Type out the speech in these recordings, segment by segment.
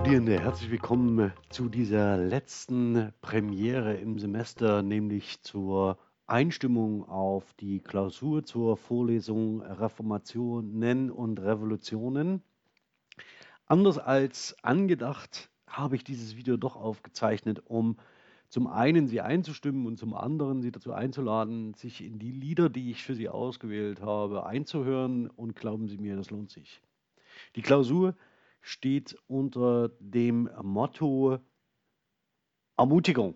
Studierende, herzlich willkommen zu dieser letzten Premiere im Semester, nämlich zur Einstimmung auf die Klausur zur Vorlesung Reformationen und Revolutionen. Anders als angedacht habe ich dieses Video doch aufgezeichnet, um zum einen Sie einzustimmen und zum anderen Sie dazu einzuladen, sich in die Lieder, die ich für Sie ausgewählt habe, einzuhören, und glauben Sie mir, das lohnt sich. Die Klausur steht unter dem Motto Ermutigung.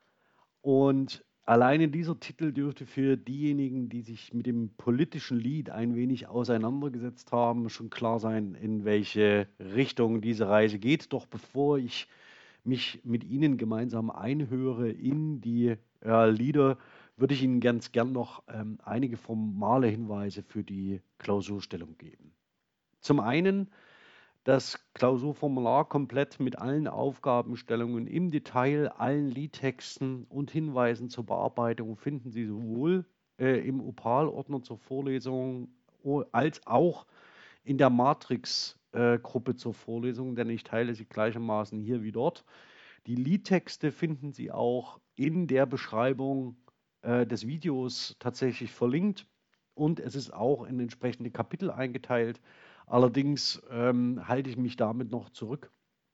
Und alleine dieser Titel dürfte für diejenigen, die sich mit dem politischen Lied ein wenig auseinandergesetzt haben, schon klar sein, in welche Richtung diese Reise geht. Doch bevor ich mich mit Ihnen gemeinsam einhöre in die Lieder, würde ich Ihnen ganz gern noch einige formale Hinweise für die Klausurstellung geben. Zum einen: Das Klausurformular komplett mit allen Aufgabenstellungen im Detail, allen Liedtexten und Hinweisen zur Bearbeitung finden Sie sowohl im Opal-Ordner zur Vorlesung als auch in der Matrix-Gruppe zur Vorlesung, denn ich teile sie gleichermaßen hier wie dort. Die Liedtexte finden Sie auch in der Beschreibung des Videos tatsächlich verlinkt, und es ist auch in entsprechende Kapitel eingeteilt. Allerdings halte ich mich damit noch zurück,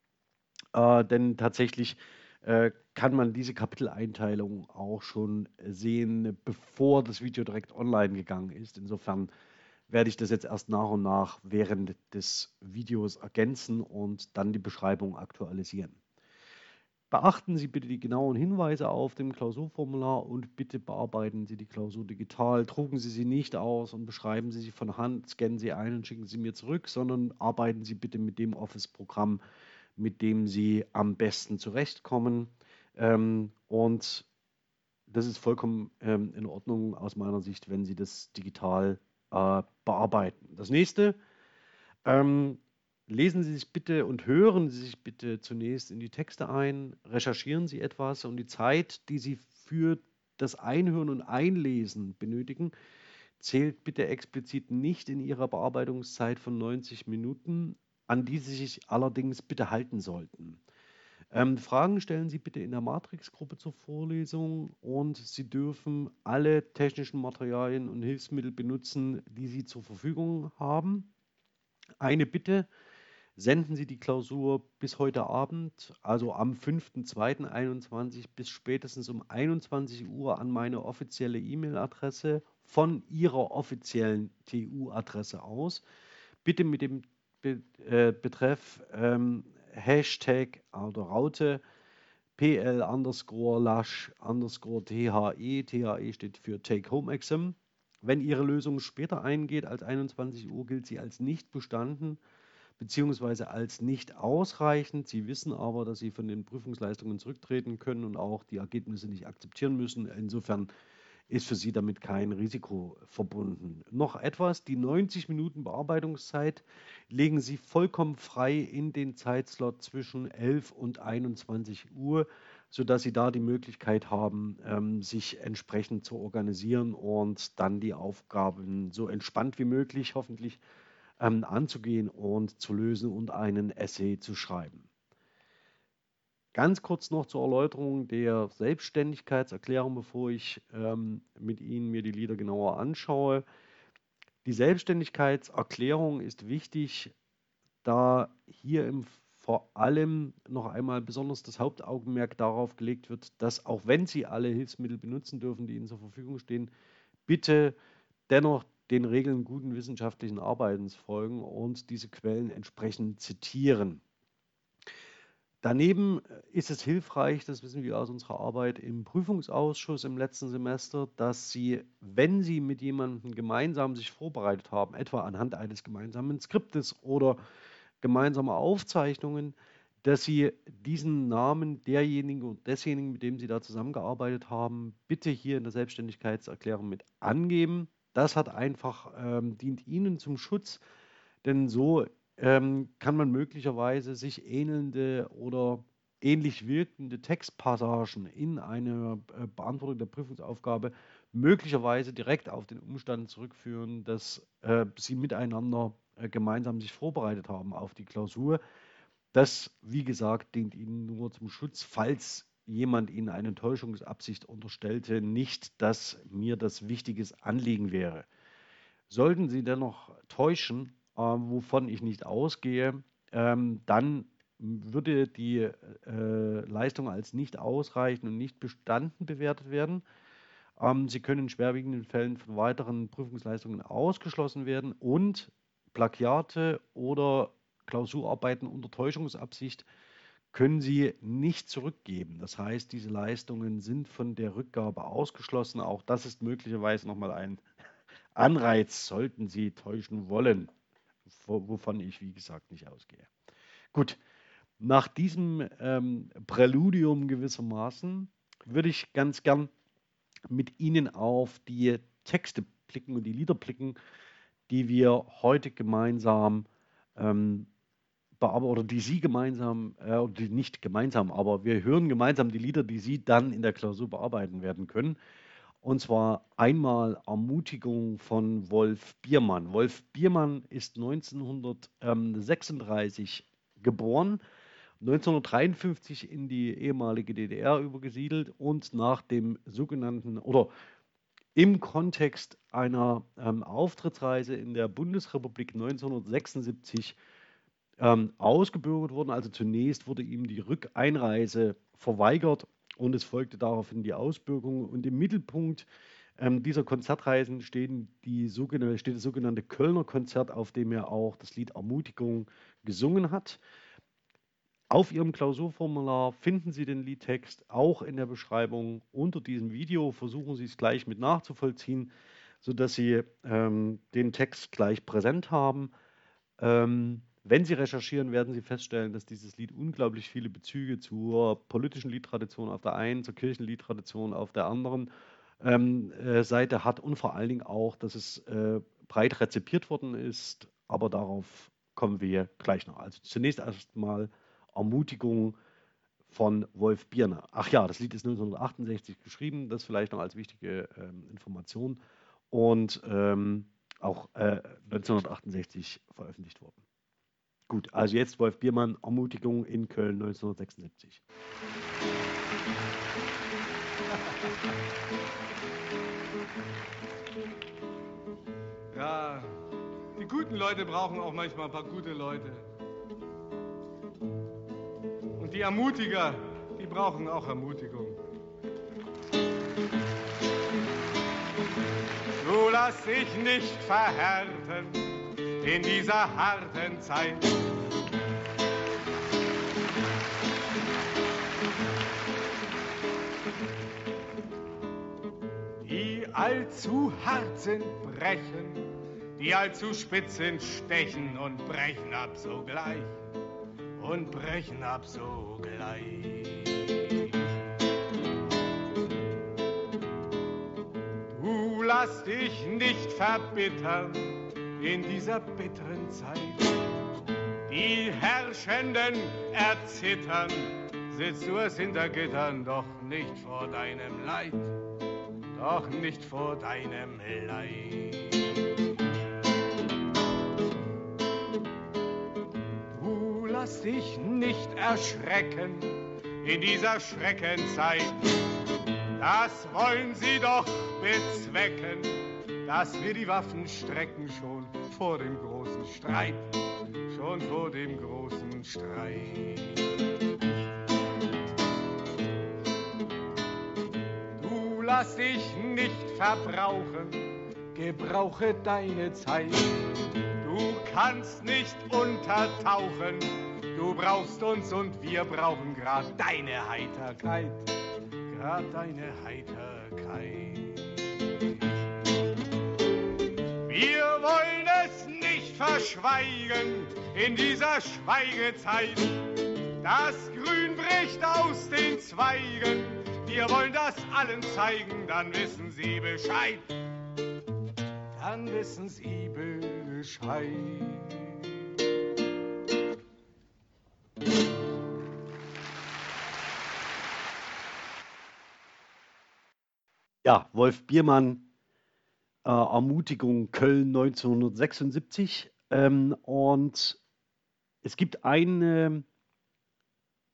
denn tatsächlich kann man diese Kapiteleinteilung auch schon sehen, bevor das Video direkt online gegangen ist. Insofern werde ich das jetzt erst nach und nach während des Videos ergänzen und dann die Beschreibung aktualisieren. Beachten Sie bitte die genauen Hinweise auf dem Klausurformular und bitte bearbeiten Sie die Klausur digital. Drucken Sie sie nicht aus und beschreiben Sie sie von Hand, scannen Sie ein und schicken Sie mir zurück, sondern arbeiten Sie bitte mit dem Office-Programm, mit dem Sie am besten zurechtkommen. Und das ist vollkommen in Ordnung aus meiner Sicht, wenn Sie das digital bearbeiten. Das nächste: ähm, lesen Sie sich bitte und hören Sie sich bitte zunächst in die Texte ein, recherchieren Sie etwas, und die Zeit, die Sie für das Einhören und Einlesen benötigen, zählt bitte explizit nicht in Ihrer Bearbeitungszeit von 90 Minuten, an die Sie sich allerdings bitte halten sollten. Fragen stellen Sie bitte in der Matrix-Gruppe zur Vorlesung, und Sie dürfen alle technischen Materialien und Hilfsmittel benutzen, die Sie zur Verfügung haben. Eine Bitte: Senden Sie die Klausur bis heute Abend, also am 5.2.21, bis spätestens um 21 Uhr an meine offizielle E-Mail-Adresse von Ihrer offiziellen TU-Adresse aus. Bitte mit dem Betreff Hashtag oder Raute PL_Lasch_THE. THE steht für Take Home Exam. Wenn Ihre Lösung später eingeht als 21 Uhr, gilt sie als nicht bestanden beziehungsweise als nicht ausreichend. Sie wissen aber, dass Sie von den Prüfungsleistungen zurücktreten können und auch die Ergebnisse nicht akzeptieren müssen. Insofern ist für Sie damit kein Risiko verbunden. Noch etwas: Die 90 Minuten Bearbeitungszeit legen Sie vollkommen frei in den Zeitslot zwischen 11 und 21 Uhr, sodass Sie da die Möglichkeit haben, sich entsprechend zu organisieren und dann die Aufgaben so entspannt wie möglich hoffentlich anzugehen und zu lösen und einen Essay zu schreiben. Ganz kurz noch zur Erläuterung der Selbstständigkeitserklärung, bevor ich mit Ihnen mir die Lieder genauer anschaue. Die Selbstständigkeitserklärung ist wichtig, da hier vor allem noch einmal besonders das Hauptaugenmerk darauf gelegt wird, dass, auch wenn Sie alle Hilfsmittel benutzen dürfen, die Ihnen zur Verfügung stehen, bitte dennoch den Regeln guten wissenschaftlichen Arbeitens folgen und diese Quellen entsprechend zitieren. Daneben ist es hilfreich, das wissen wir aus unserer Arbeit im Prüfungsausschuss im letzten Semester, dass Sie, wenn Sie mit jemandem gemeinsam sich vorbereitet haben, etwa anhand eines gemeinsamen Skriptes oder gemeinsamer Aufzeichnungen, dass Sie diesen Namen derjenigen und desjenigen, mit dem Sie da zusammengearbeitet haben, bitte hier in der Selbstständigkeitserklärung mit angeben. Das hat einfach, dient Ihnen zum Schutz, denn so kann man möglicherweise sich ähnelnde oder ähnlich wirkende Textpassagen in einer Beantwortung der Prüfungsaufgabe möglicherweise direkt auf den Umstand zurückführen, dass Sie miteinander gemeinsam sich vorbereitet haben auf die Klausur. Das, wie gesagt, dient Ihnen nur zum Schutz, falls jemand Ihnen eine Täuschungsabsicht unterstellte, nicht, dass mir das wichtiges Anliegen wäre. Sollten Sie dennoch täuschen, wovon ich nicht ausgehe, dann würde die Leistung als nicht ausreichend und nicht bestanden bewertet werden. Sie können in schwerwiegenden Fällen von weiteren Prüfungsleistungen ausgeschlossen werden und Plagiate oder Klausurarbeiten unter Täuschungsabsicht können Sie nicht zurückgeben. Das heißt, diese Leistungen sind von der Rückgabe ausgeschlossen. Auch das ist möglicherweise nochmal ein Anreiz, sollten Sie täuschen wollen, wovon ich, wie gesagt, nicht ausgehe. Gut, nach diesem Präludium gewissermaßen würde ich ganz gern mit Ihnen auf die Texte blicken und die Lieder blicken, die wir heute gemeinsam oder die Sie gemeinsam, oder die nicht gemeinsam, aber wir hören gemeinsam die Lieder, die Sie dann in der Klausur bearbeiten werden können. Und zwar einmal Ermutigung von Wolf Biermann. Wolf Biermann ist 1936 geboren, 1953 in die ehemalige DDR übergesiedelt und nach dem sogenannten oder im Kontext einer Auftrittsreise in der Bundesrepublik 1976 ausgebürgert worden. Also zunächst wurde ihm die Rückeinreise verweigert und es folgte daraufhin die Ausbürgerung. Und im Mittelpunkt dieser Konzertreisen steht das sogenannte Kölner Konzert, auf dem er auch das Lied Ermutigung gesungen hat. Auf Ihrem Klausurformular finden Sie den Liedtext auch in der Beschreibung unter diesem Video. Versuchen Sie es gleich mit nachzuvollziehen, sodass Sie den Text gleich präsent haben. Wenn Sie recherchieren, werden Sie feststellen, dass dieses Lied unglaublich viele Bezüge zur politischen Liedtradition auf der einen, zur Kirchenliedtradition auf der anderen Seite hat und vor allen Dingen auch, dass es breit rezipiert worden ist. Aber darauf kommen wir gleich noch. Also zunächst erstmal Ermutigung von Wolf Biermann. Ach ja, das Lied ist 1968 geschrieben, das vielleicht noch als wichtige Information und auch 1968 veröffentlicht worden. Gut, also jetzt Wolf Biermann, Ermutigung in Köln 1976. Ja, die guten Leute brauchen auch manchmal ein paar gute Leute. Und die Ermutiger, die brauchen auch Ermutigung. Du lass dich nicht verhärten in dieser harten Zeit. Die allzu hart sind, brechen, die allzu spitz sind, stechen und brechen ab sogleich. Und brechen ab sogleich. Du lass dich nicht verbittern in dieser bitteren Zeit. Die Herrschenden erzittern, sitzt du es hinter Gittern, doch nicht vor deinem Leid, doch nicht vor deinem Leid. Lass dich nicht erschrecken in dieser Schreckenzeit. Das wollen sie doch bezwecken, dass wir die Waffen strecken schon vor dem großen Streit, schon vor dem großen Streit. Du lass dich nicht verbrauchen, gebrauche deine Zeit. Du kannst nicht untertauchen, du brauchst uns und wir brauchen grad deine Heiterkeit, grad deine Heiterkeit. Wir wollen es nicht verschweigen in dieser Schweigezeit. Das Grün bricht aus den Zweigen, wir wollen das allen zeigen, dann wissen sie Bescheid. Dann wissen sie Bescheid. Ja, Wolf Biermann, Ermutigung Köln 1976. Und es gibt eine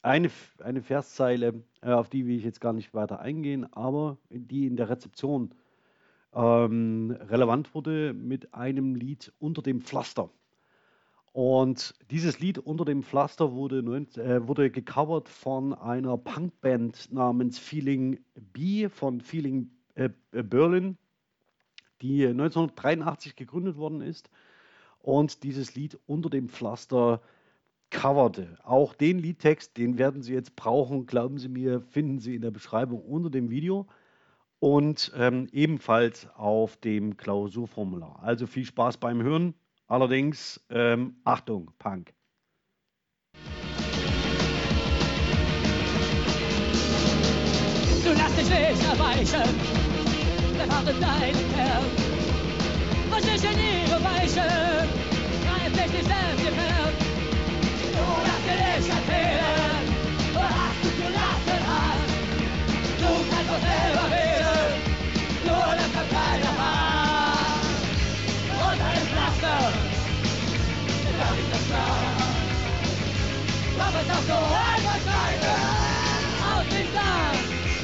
eine Verszeile, auf die will ich jetzt gar nicht weiter eingehen, aber die in der Rezeption relevant wurde mit einem Lied Unter dem Pflaster. Und dieses Lied Unter dem Pflaster wurde gecovert von einer Punkband namens Feeling B von Feeling Berlin, die 1983 gegründet worden ist und dieses Lied Unter dem Pflaster coverte. Auch den Liedtext, den werden Sie jetzt brauchen, glauben Sie mir, finden Sie in der Beschreibung unter dem Video und ebenfalls auf dem Klausurformular. Also viel Spaß beim Hören. Allerdings, Achtung, Punk. Du lass dich nicht erweichen, bleib hart in deinem Kern. Und nicht in ihre Weichen, greif dich nicht selbst im Hirn. Du lass dir nicht erzählen, was du gelassen hast. Du kannst doch selber reden, nur das kann keiner machen. Unter dem Pflaster, glaub ich das klar. Mach es auch so einfach scheiße, aus dem Saal.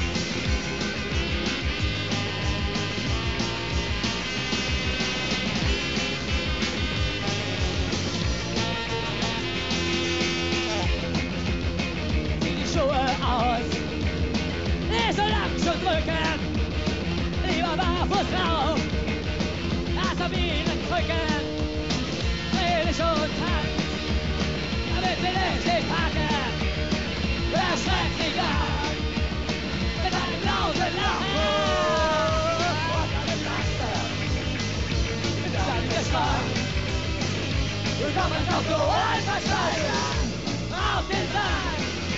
Schuhe aus, nicht so lang schon drücken, lieber barfuß drauf, lass auf ihnen drücken, dreh dich und tanz, damit sie dich nicht packen, erschreck dich an, mit einem lauten Lachen, unter dem Pflaster, mit deinem Geschmack, du kommst auch so einfach scheiße, auf den Sack.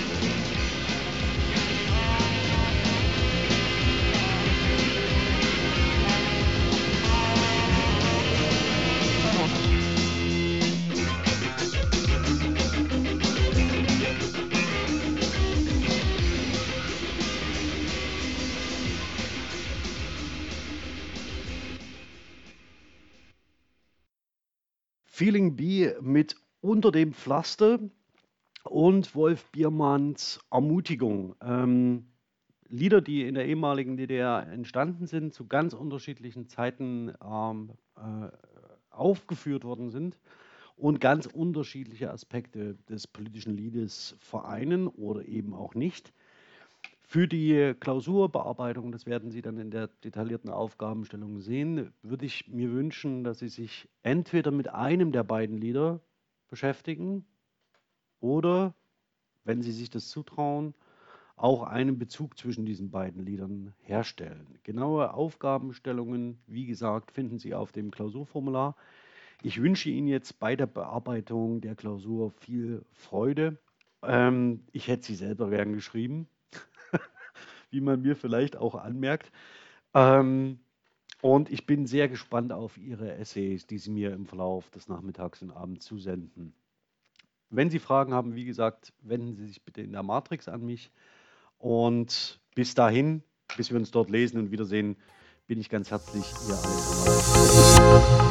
Feeling B mit Unter dem Pflaster und Wolf Biermanns Ermutigung. Lieder, die in der ehemaligen DDR entstanden sind, zu ganz unterschiedlichen Zeiten aufgeführt worden sind und ganz unterschiedliche Aspekte des politischen Liedes vereinen oder eben auch nicht. Für die Klausurbearbeitung, das werden Sie dann in der detaillierten Aufgabenstellung sehen, würde ich mir wünschen, dass Sie sich entweder mit einem der beiden Lieder beschäftigen oder, wenn Sie sich das zutrauen, auch einen Bezug zwischen diesen beiden Liedern herstellen. Genaue Aufgabenstellungen, wie gesagt, finden Sie auf dem Klausurformular. Ich wünsche Ihnen jetzt bei der Bearbeitung der Klausur viel Freude. Ich hätte sie selber gern geschrieben, wie man mir vielleicht auch anmerkt. Und ich bin sehr gespannt auf Ihre Essays, die Sie mir im Verlauf des Nachmittags und Abends zusenden. Wenn Sie Fragen haben, wie gesagt, wenden Sie sich bitte in der Matrix an mich. Und bis dahin, bis wir uns dort lesen und wiedersehen, bin ich ganz herzlich Ihr Alexander.